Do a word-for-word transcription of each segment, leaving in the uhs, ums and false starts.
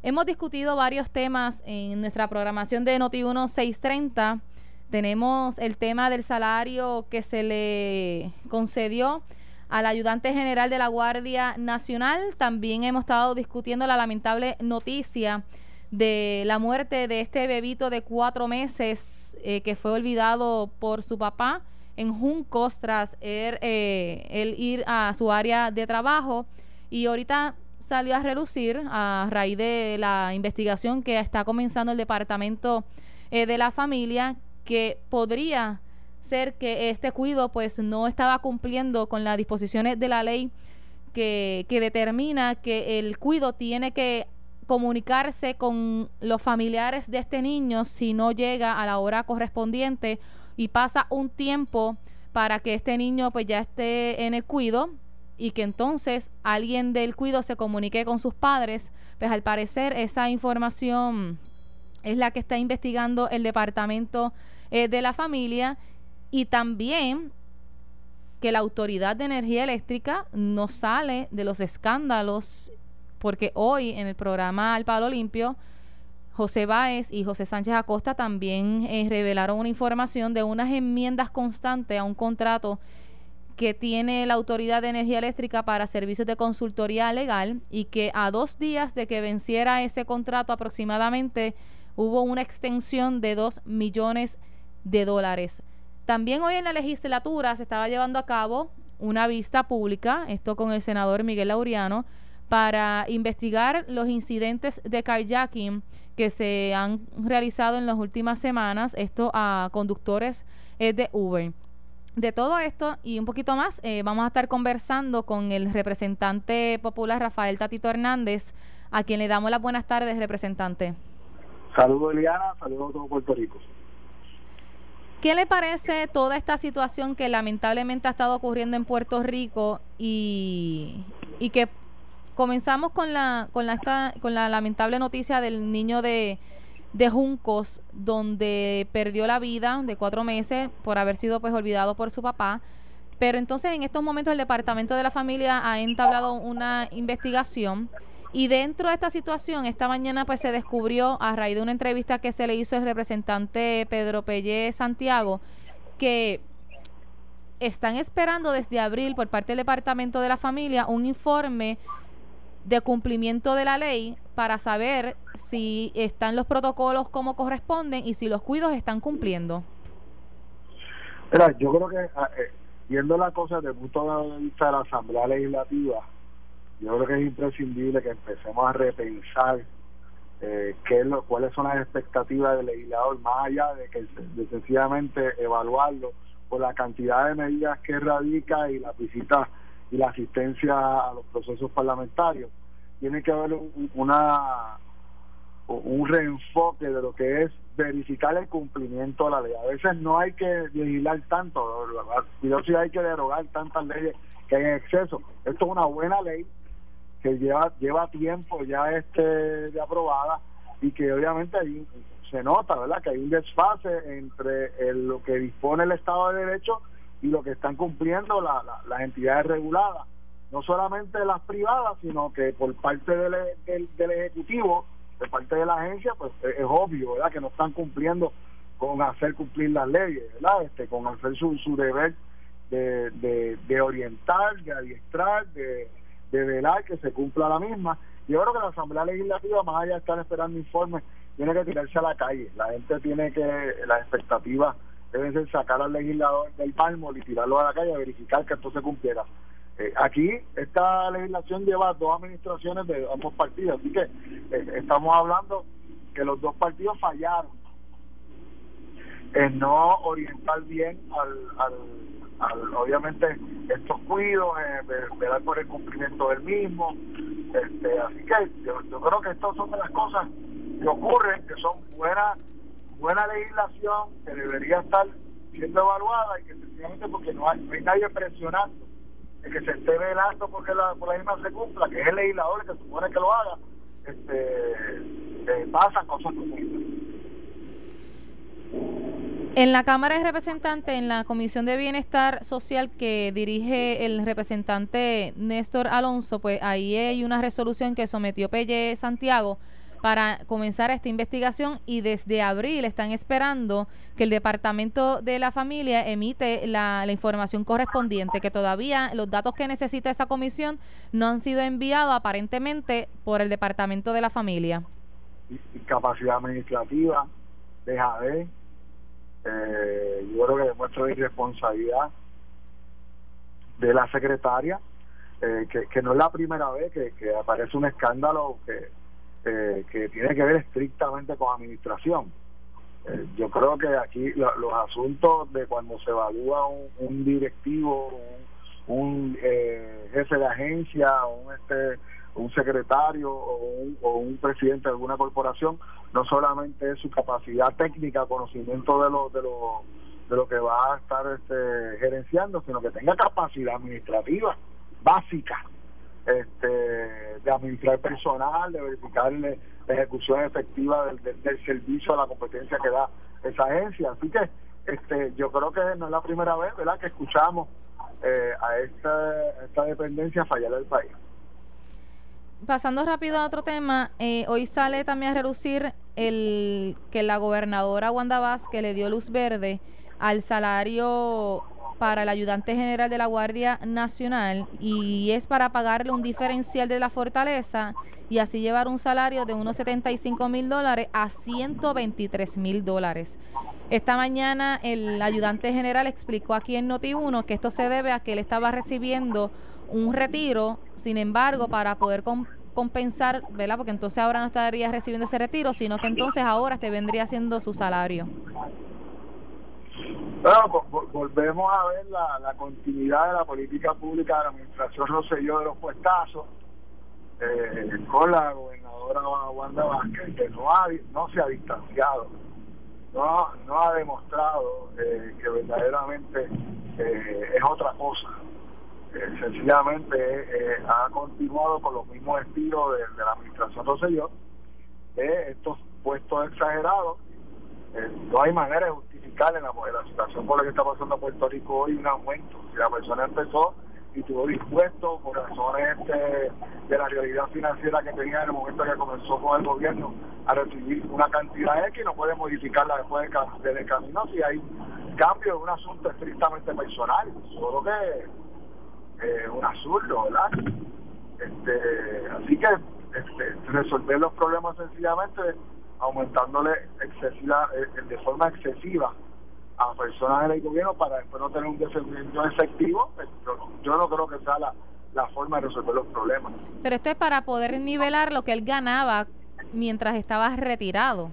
Hemos discutido varios temas en nuestra programación de Noti uno seiscientos treinta. Tenemos el tema del salario que se le concedió al ayudante general de la Guardia Nacional. También hemos estado discutiendo la lamentable noticia de la muerte de este bebito de cuatro meses eh, que fue olvidado por su papá en Juncos tras él, eh, él ir a su área de trabajo, y ahorita salió a relucir a raíz de la investigación que está comenzando el Departamento eh, de la Familia, que podría ser que este cuido pues no estaba cumpliendo con las disposiciones de la ley que, que determina que el cuido tiene que comunicarse con los familiares de este niño si no llega a la hora correspondiente y pasa un tiempo para que este niño pues ya esté en el cuido y que entonces alguien del cuido se comunique con sus padres. Pues al parecer esa información es la que está investigando el Departamento eh, de la Familia, y también que la Autoridad de Energía Eléctrica no sale de los escándalos, porque hoy en el programa Al Palo Limpio, José Báez y José Sánchez Acosta también eh, revelaron una información de unas enmiendas constantes a un contrato que tiene la Autoridad de Energía Eléctrica para servicios de consultoría legal, y que a dos días de que venciera ese contrato aproximadamente hubo una extensión de dos millones de dólares. También hoy en la legislatura se estaba llevando a cabo una vista pública, esto con el senador Miguel Laureano, para investigar los incidentes de carjacking que se han realizado en las últimas semanas, esto a conductores eh, de Uber. De todo esto y un poquito más, eh, vamos a estar conversando con el representante popular Rafael Tatito Hernández, a quien le damos las buenas tardes, representante. Saludos, Eliana, saludos a todo Puerto Rico. ¿Qué le parece toda esta situación que lamentablemente ha estado ocurriendo en Puerto Rico y, y que comenzamos con la con la esta, con la lamentable noticia del niño de de Juncos, donde perdió la vida de cuatro meses por haber sido pues olvidado por su papá? Pero entonces en estos momentos el Departamento de la Familia ha entablado una investigación, y dentro de esta situación esta mañana pues se descubrió, a raíz de una entrevista que se le hizo al representante Pedro Pellé Santiago, que están esperando desde abril por parte del Departamento de la Familia un informe de cumplimiento de la ley para saber si están los protocolos como corresponden y si los cuidos están cumpliendo. Mira, yo creo que eh, viendo la cosa desde el punto de vista de la Asamblea Legislativa, yo creo que es imprescindible que empecemos a repensar eh, qué es lo, cuáles son las expectativas del legislador, más allá de que de sencillamente evaluarlo por la cantidad de medidas que radica y la visita y la asistencia a los procesos parlamentarios. Tiene que haber un, una un reenfoque de lo que es verificar el cumplimiento de la ley. A veces no hay que legislar tanto, pero sí hay que derogar tantas leyes que hay en exceso. Esto es una buena ley que lleva lleva tiempo ya este de aprobada, y que obviamente ahí se nota, ¿verdad?, que hay un desfase entre el, lo que dispone el Estado de Derecho y lo que están cumpliendo la, la, las entidades reguladas, no solamente las privadas, sino que por parte del, del, del Ejecutivo, de parte de la agencia, pues es, es obvio, ¿verdad?, que no están cumpliendo con hacer cumplir las leyes, ¿verdad?, este, con hacer su, su deber de, de, de orientar, de adiestrar, de, de velar que se cumpla la misma. Yo creo que la Asamblea Legislativa, más allá de estar esperando informes, tiene que tirarse a la calle. La gente tiene que, las expectativas deben ser sacar al legislador del palmo y tirarlo a la calle a verificar que esto se cumpliera. Eh, aquí esta legislación lleva dos administraciones de ambos partidos, así que eh, estamos hablando que los dos partidos fallaron en no orientar bien al, al, al obviamente estos cuidos, eh, velar por el cumplimiento del mismo. Este, así que yo, yo creo que estas son de las cosas que ocurren, que son buena buena legislación, que debería estar siendo evaluada, y que sencillamente porque no hay, no hay nadie presionando de que se esté velando porque la, por la misma se cumpla, que es el legislador el que supone que lo haga, este, eh, pasan cosas como estas. En la Cámara de Representantes, en la Comisión de Bienestar Social que dirige el representante Néstor Alonso, pues ahí hay una resolución que sometió Pellé Santiago para comenzar esta investigación y desde abril están esperando que el Departamento de la Familia emite la, la información correspondiente, que todavía los datos que necesita esa comisión no han sido enviados aparentemente por el Departamento de la Familia. Capacidad administrativa, dejadez, eh, yo creo que demuestra irresponsabilidad de la secretaria, eh, que, que no es la primera vez que, que aparece un escándalo que, eh, que tiene que ver estrictamente con administración. Eh, yo creo que aquí lo, los asuntos de cuando se evalúa un, un directivo, un, un eh, jefe de agencia, un este un secretario o un, o un presidente de alguna corporación, no solamente es su capacidad técnica, conocimiento de lo de lo de lo que va a estar este, gerenciando, sino que tenga capacidad administrativa básica, este de administrar personal, de verificar la ejecución efectiva del, del, del servicio a la competencia que da esa agencia. Así que este yo creo que no es la primera vez, ¿verdad?, que escuchamos eh, a esta, a esta dependencia fallar el país. Pasando rápido a otro tema, eh, hoy sale también a relucir el que la gobernadora Wanda Vázquez le dio luz verde al salario para el ayudante general de la Guardia Nacional, y es para pagarle un diferencial de la fortaleza y así llevar un salario de unos setenta y cinco mil dólares a ciento veintitrés mil dólares. Esta mañana el ayudante general explicó aquí en Noti uno que esto se debe a que él estaba recibiendo un retiro, sin embargo, para poder com- compensar, ¿verdad? Porque entonces ahora no estaría recibiendo ese retiro, sino que entonces ahora te vendría siendo su salario. Bueno, vo- volvemos a ver la, la continuidad de la política pública de la administración Rosselló de los puestazos, eh, con la gobernadora Wanda Vázquez, que no, ha, no se ha distanciado, no, no ha demostrado eh, que verdaderamente eh, es otra cosa. Eh, sencillamente eh, ha continuado con los mismos estilos de, de la administración Rosselló, eh, estos puestos exagerados. Eh, no hay manera de justificar en la, en la situación por la que está pasando Puerto Rico hoy un aumento. Si la persona empezó y estuvo dispuesto por razones este, de la realidad financiera que tenía en el momento que comenzó con el gobierno a recibir una cantidad X, no puede modificarla después del de camino si hay cambio en un asunto estrictamente personal. Solo que Eh, un absurdo, ¿verdad? Este, así que este, resolver los problemas sencillamente aumentándole excesiva, eh, de forma excesiva a personas del gobierno para después no tener un desempeño efectivo, pero yo no creo que sea la, la forma de resolver los problemas. Pero esto es para poder nivelar lo que él ganaba mientras estaba retirado.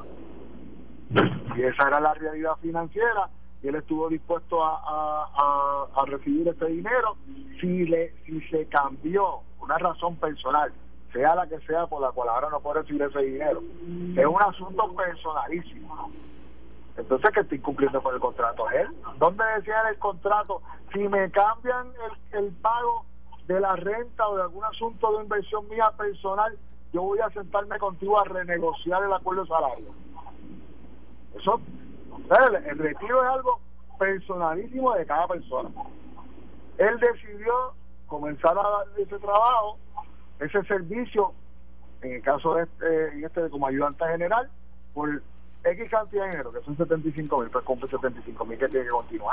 Y esa era la realidad financiera, y él estuvo dispuesto a, a, a, a recibir ese dinero. Si le si se cambió una razón personal, sea la que sea por la cual ahora no puede recibir ese dinero, es un asunto personalísimo. Entonces, que estoy cumpliendo con el contrato es él. ¿Dónde decía en el contrato, si me cambian el, el pago de la renta o de algún asunto de inversión mía personal, yo voy a sentarme contigo a renegociar el acuerdo de salario? Eso, el, el retiro es algo personalísimo de cada persona. Él decidió comenzar a dar ese trabajo, ese servicio, en el caso de este, en este como ayudante general, por X cantidad de dinero, que son setenta y cinco mil, pues compre setenta y cinco mil que tiene que continuar.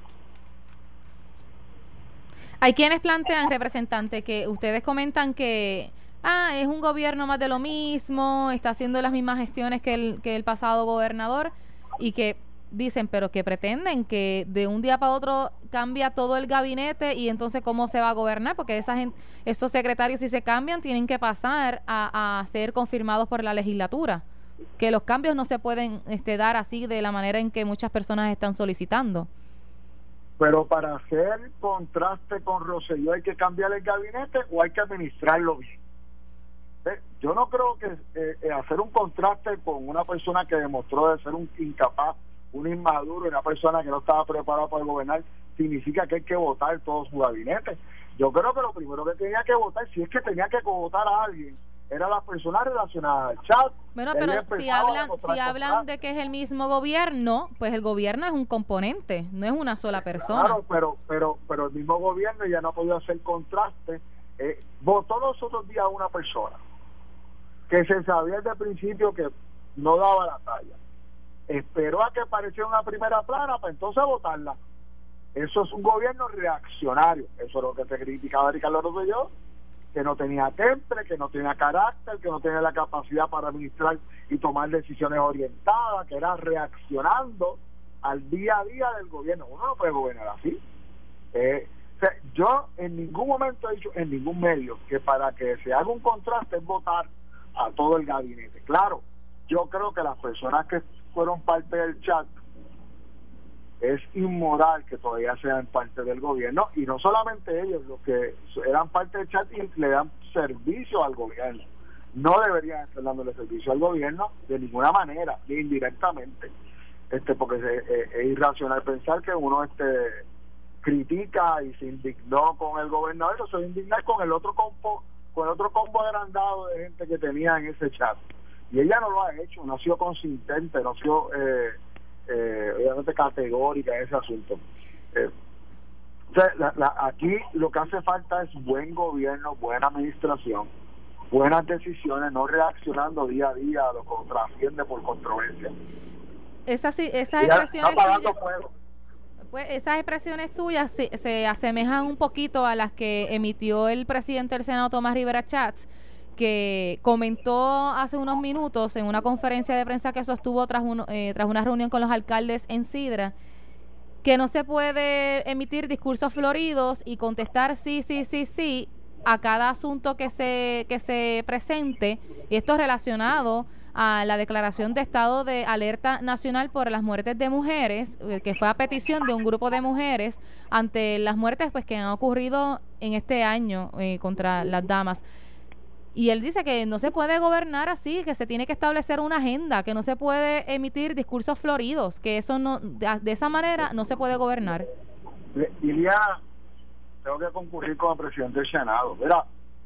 Hay quienes plantean, representante, que ustedes comentan que ah, es un gobierno más de lo mismo, está haciendo las mismas gestiones que el, que el pasado gobernador, y que dicen, pero que pretenden que de un día para otro cambia todo el gabinete y entonces cómo se va a gobernar, porque esa gente, esos secretarios, si se cambian, tienen que pasar a, a ser confirmados por la legislatura, que los cambios no se pueden este, dar así de la manera en que muchas personas están solicitando. Pero para hacer contraste con Rosselló, ¿hay que cambiar el gabinete o hay que administrarlo bien? ¿Eh? Yo no creo que eh, hacer un contraste con una persona que demostró de ser un incapaz, un inmaduro, una persona que no estaba preparada para gobernar, significa que hay que votar todo su gabinete. Yo creo que lo primero que tenía que votar, si es que tenía que votar a alguien, era las personas relacionadas al chat. Bueno, pero si hablan si hablan de que es el mismo gobierno, pues el gobierno es un componente, no es una sola persona. Claro, pero pero pero el mismo gobierno ya no ha podido hacer contraste. Eh, votó los otros días a una persona que se sabía desde el principio que no daba la talla. Esperó a que apareciera una primera plana para entonces votarla. Eso es un gobierno reaccionario. Eso es lo que se criticaba a Ricardo Rosselló, que no tenía temple, que no tenía carácter, que no tenía la capacidad para administrar y tomar decisiones orientadas, que era reaccionando al día a día del gobierno. Uno no puede gobernar así. Eh, o sea, yo en ningún momento he dicho, en ningún medio, que para que se haga un contraste es votar a todo el gabinete. Claro, yo creo que las personas que fueron parte del chat, es inmoral que todavía sean parte del gobierno, y no solamente ellos, los que eran parte del chat y le dan servicio al gobierno. No deberían estar dándole servicio al gobierno de ninguna manera, ni indirectamente, este porque es, es, es irracional pensar que uno este critica y se indignó con el gobernador, pero se indigna con el otro combo, con el otro combo agrandado de gente que tenía en ese chat. Y ella no lo ha hecho, no ha sido consistente, no ha sido eh, eh, obviamente categórica en ese asunto. Eh, o sea, la, la, aquí lo que hace falta es buen gobierno, buena administración, buenas decisiones, no reaccionando día a día a lo que trasciende por controversia. Esas, esas expresiones suyas, pues esas expresiones suyas se, se asemejan un poquito a las que emitió el presidente del Senado, Tomás Rivera Chats, que comentó hace unos minutos en una conferencia de prensa que sostuvo tras, un, eh, tras una reunión con los alcaldes en Sidra, que no se puede emitir discursos floridos y contestar sí, sí, sí, sí a cada asunto que se, que se presente, y esto relacionado a la declaración de estado de alerta nacional por las muertes de mujeres, que fue a petición de un grupo de mujeres ante las muertes pues que han ocurrido en este año eh, contra las damas. Y él dice que no se puede gobernar así, que se tiene que establecer una agenda, que no se puede emitir discursos floridos, que eso no, de, de esa manera no se puede gobernar. Iría, tengo que concurrir con el presidente del Senado. Mira,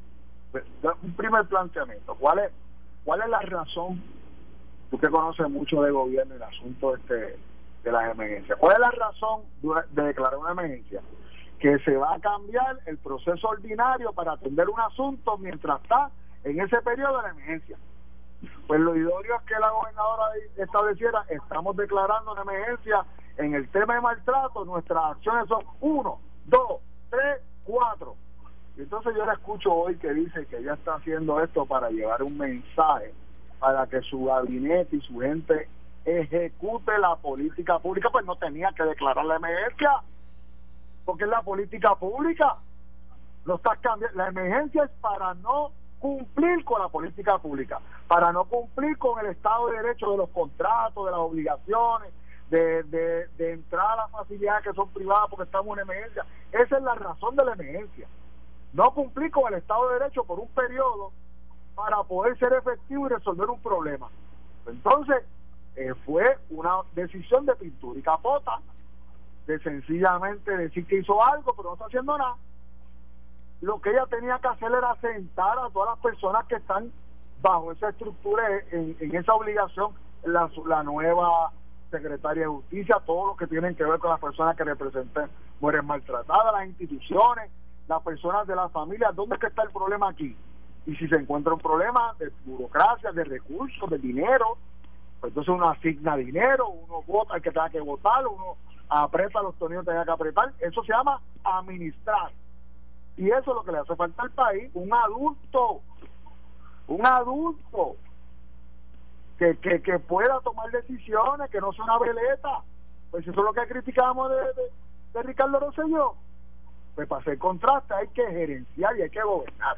un primer planteamiento, ¿cuál es cuál es la razón? Tú que conoces mucho de gobierno y el asunto este de las emergencias, ¿cuál es la razón de declarar una emergencia? Que se va a cambiar el proceso ordinario para atender un asunto mientras está en ese periodo de la emergencia. Pues lo idóneo es que la gobernadora estableciera: estamos declarando una emergencia en el tema de maltrato, nuestras acciones son uno, dos, tres, cuatro. Y entonces yo la escucho hoy que dice que ella está haciendo esto para llevar un mensaje, para que su gabinete y su gente ejecute la política pública. Pues no tenía que declarar la emergencia, porque es la política pública. No estás cambiando. La emergencia es para no cumplir con la política pública, para no cumplir con el Estado de Derecho de los contratos, de las obligaciones, de, de, de entrar a las facilidades que son privadas porque estamos en emergencia. Esa es la razón de la emergencia. No cumplir con el Estado de Derecho por un periodo para poder ser efectivo y resolver un problema. Entonces, eh, fue una decisión de pintura y capota, de sencillamente decir que hizo algo pero no está haciendo nada. Lo que ella tenía que hacer era sentar a todas las personas que están bajo esa estructura, en, en esa obligación, la, la nueva secretaria de Justicia, todo lo que tienen que ver con las personas que representan mujeres maltratadas, las instituciones, las personas de las familias. ¿Dónde es que está el problema aquí? Y si se encuentra un problema de burocracia, de recursos, de dinero, pues entonces uno asigna dinero, uno vota el que tenga que votar, uno aprieta los tornillos que tenga que apretar. Eso se llama administrar. Y eso es lo que le hace falta al país: un adulto, un adulto que, que, que pueda tomar decisiones, que no sea una veleta. Pues eso es lo que criticamos de, de, de Ricardo Rosselló. Pues para hacer contraste hay que gerenciar y hay que gobernar.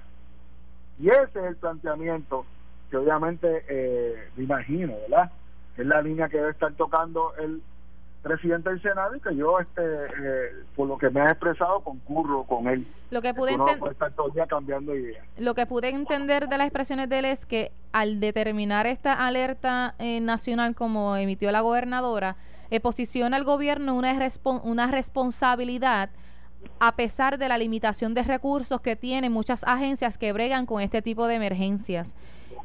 Y ese es el planteamiento que obviamente eh, me imagino, ¿verdad? Es la línea que debe estar tocando el presidente del Senado, y que yo, este eh, por lo que me ha expresado, concurro con él. Lo que pude no enten- puede estar todo el día cambiando ideas. Lo que pude entender de las expresiones de él es que al determinar esta alerta eh, nacional como emitió la gobernadora, eh, posiciona al gobierno una, respon- una responsabilidad a pesar de la limitación de recursos que tienen muchas agencias que bregan con este tipo de emergencias,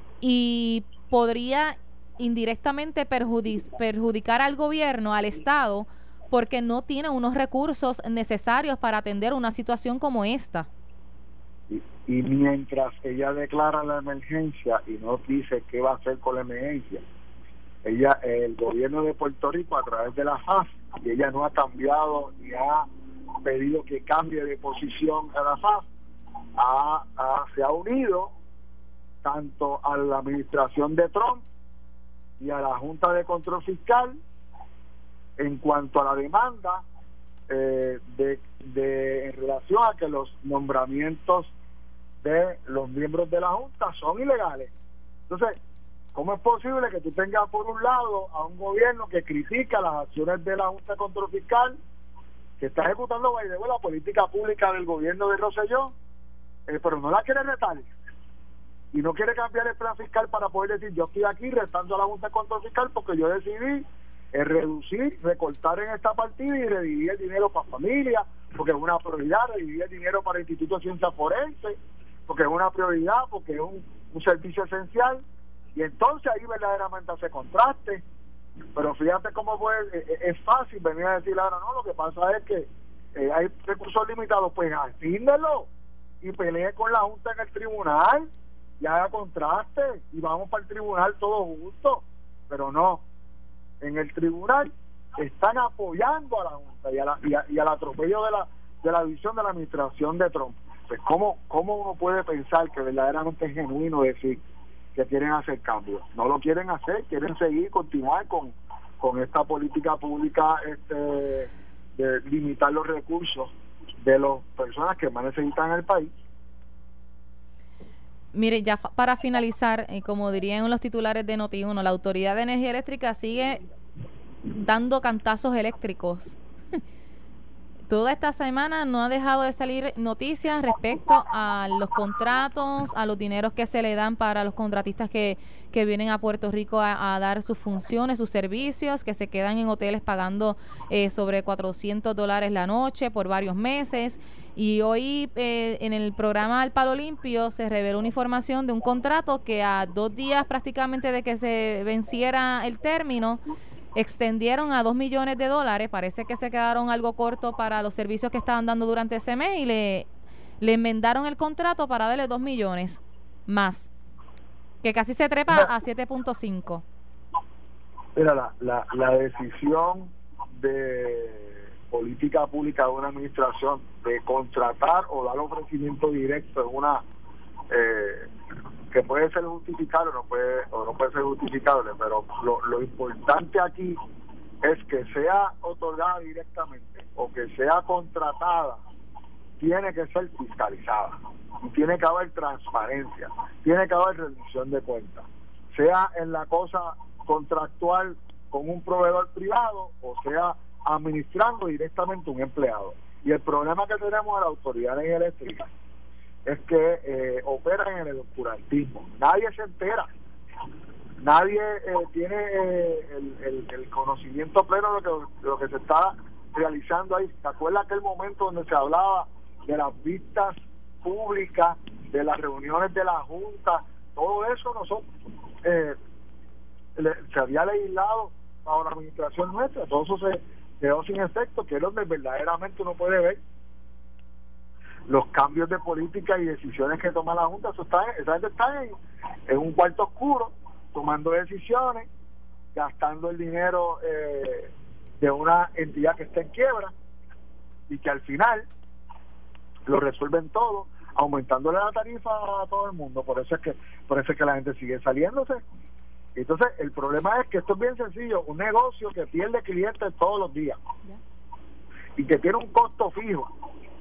y podría indirectamente perjudic- perjudicar al gobierno, al Estado, porque no tiene unos recursos necesarios para atender una situación como esta. Y, y mientras ella declara la emergencia y no dice qué va a hacer con la emergencia, ella, el gobierno de Puerto Rico a través de la F A S, y ella no ha cambiado ni ha pedido que cambie de posición a la F A S, ha, ha, se ha unido tanto a la administración de Trump y a la Junta de Control Fiscal en cuanto a la demanda eh, de, de en relación a que los nombramientos de los miembros de la Junta son ilegales. Entonces, ¿cómo es posible que tú tengas por un lado a un gobierno que critica las acciones de la Junta de Control Fiscal, que está ejecutando la política pública del gobierno de Rosselló, eh, pero no la quiere retar y no quiere cambiar el plan fiscal para poder decir yo estoy aquí retando a la Junta de Control Fiscal porque yo decidí eh, reducir, recortar en esta partida y redividir el dinero para familia, porque es una prioridad, redividir el dinero para el Instituto de Ciencias Forenses, porque es una prioridad, porque es un, un servicio esencial, y entonces ahí verdaderamente hace contraste. Pero fíjate cómo fue, eh, es fácil venir a decir ahora no, lo que pasa es que eh, hay recursos limitados, pues asígnelo y pelee con la Junta en el tribunal y haga contraste y vamos para el tribunal todos juntos. Pero no, en el tribunal están apoyando a la Junta y, a la, y, a, y al atropello de la de la división de la administración de Trump. Pues cómo, cómo uno puede pensar que verdaderamente es genuino decir que quieren hacer cambios. No lo quieren hacer, quieren seguir, continuar con, con esta política pública este, de limitar los recursos de las personas que más necesitan en el país. Mire, ya para finalizar, eh, como dirían los titulares de Noti uno, la Autoridad de Energía Eléctrica sigue dando cantazos eléctricos. Toda esta semana no ha dejado de salir noticias respecto a los contratos, a los dineros que se le dan para los contratistas que, que vienen a Puerto Rico a, a dar sus funciones, sus servicios, que se quedan en hoteles pagando eh, sobre cuatrocientos dólares la noche por varios meses. Y hoy eh, en el programa Al Palo Limpio se reveló una información de un contrato que a dos días prácticamente de que se venciera el término, extendieron a dos millones de dólares. Parece que se quedaron algo corto para los servicios que estaban dando durante ese mes y le, le enmendaron el contrato para darle dos millones más, que casi se trepa Mira, a siete punto cinco. Mira, la, la, la decisión de política pública de una administración de contratar o dar ofrecimiento directo en una eh, que puede ser justificable o no puede o no puede ser justificable, pero lo, lo importante aquí es que sea otorgada directamente o que sea contratada, tiene que ser fiscalizada y tiene que haber transparencia, tiene que haber rendición de cuentas, sea en la cosa contractual con un proveedor privado o sea administrando directamente un empleado. Y el problema que tenemos en la Autoridad de Energía Eléctrica es que eh, operan en el oscurantismo. Nadie se entera, nadie eh, tiene eh, el, el, el conocimiento pleno de lo, que, de lo que se está realizando ahí. ¿Te acuerdas aquel momento donde se hablaba de las vistas públicas, de las reuniones de la Junta? Todo eso nosotros eh, le, se había legislado bajo la administración nuestra, todo eso se quedó sin efecto, que es donde verdaderamente uno puede ver los cambios de política y decisiones que toma la Junta. Eso está, esa gente está en, en un cuarto oscuro tomando decisiones, gastando el dinero eh, de una entidad que está en quiebra y que al final lo resuelven todo aumentándole la tarifa a todo el mundo. Por eso es que por eso es que la gente sigue saliéndose. Entonces el problema es que esto es bien sencillo, un negocio que pierde clientes todos los días y que tiene un costo fijo.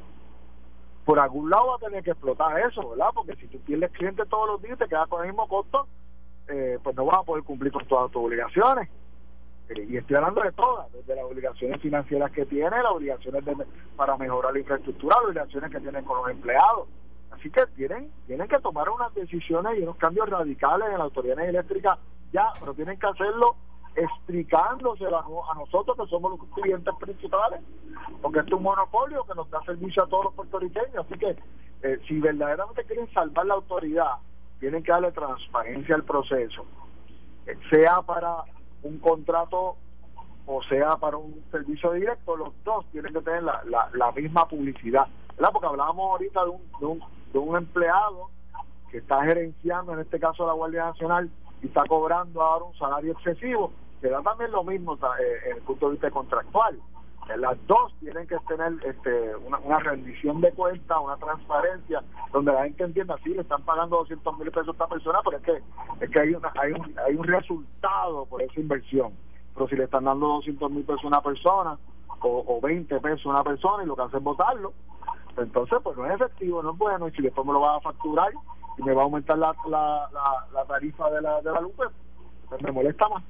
Por algún lado va a tener que explotar eso, ¿verdad? Porque si tú pierdes clientes todos los días y te quedas con el mismo costo, eh, pues no vas a poder cumplir con todas tus obligaciones. Eh, y estoy hablando de todas, desde las obligaciones financieras que tiene, las obligaciones de, para mejorar la infraestructura, las obligaciones que tienen con los empleados. Así que tienen tienen que tomar unas decisiones y unos cambios radicales en la Autoridad de Energía Eléctrica ya, pero tienen que hacerlo explicándoselo a, a nosotros que somos los clientes principales, porque esto es un monopolio que nos da servicio a todos los puertorriqueños. Así que eh, si verdaderamente quieren salvar la autoridad, tienen que darle transparencia al proceso, eh, sea para un contrato o sea para un servicio directo. Los dos tienen que tener la, la, la misma publicidad, ¿verdad? Porque hablábamos ahorita de un, de un de un empleado que está gerenciando, en este caso la Guardia Nacional, y está cobrando ahora un salario excesivo, que da también lo mismo eh, en el punto de vista contractual. Las dos tienen que tener este, una, una rendición de cuentas, una transparencia, donde la gente entienda, sí, le están pagando doscientos mil pesos a esta persona, pero es que es que hay, una, hay, un, hay un resultado por esa inversión. Pero si le están dando doscientos mil pesos a una persona, o, o veinte pesos a una persona, y lo que hacen es votarlo, entonces pues no es efectivo, no es bueno, y si después me lo va a facturar y me va a aumentar la, la, la, la tarifa de la, de la luz, pues me molesta más.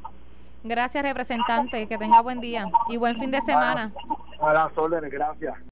Gracias, representante. Que tenga buen día y buen fin de semana. A las órdenes, gracias.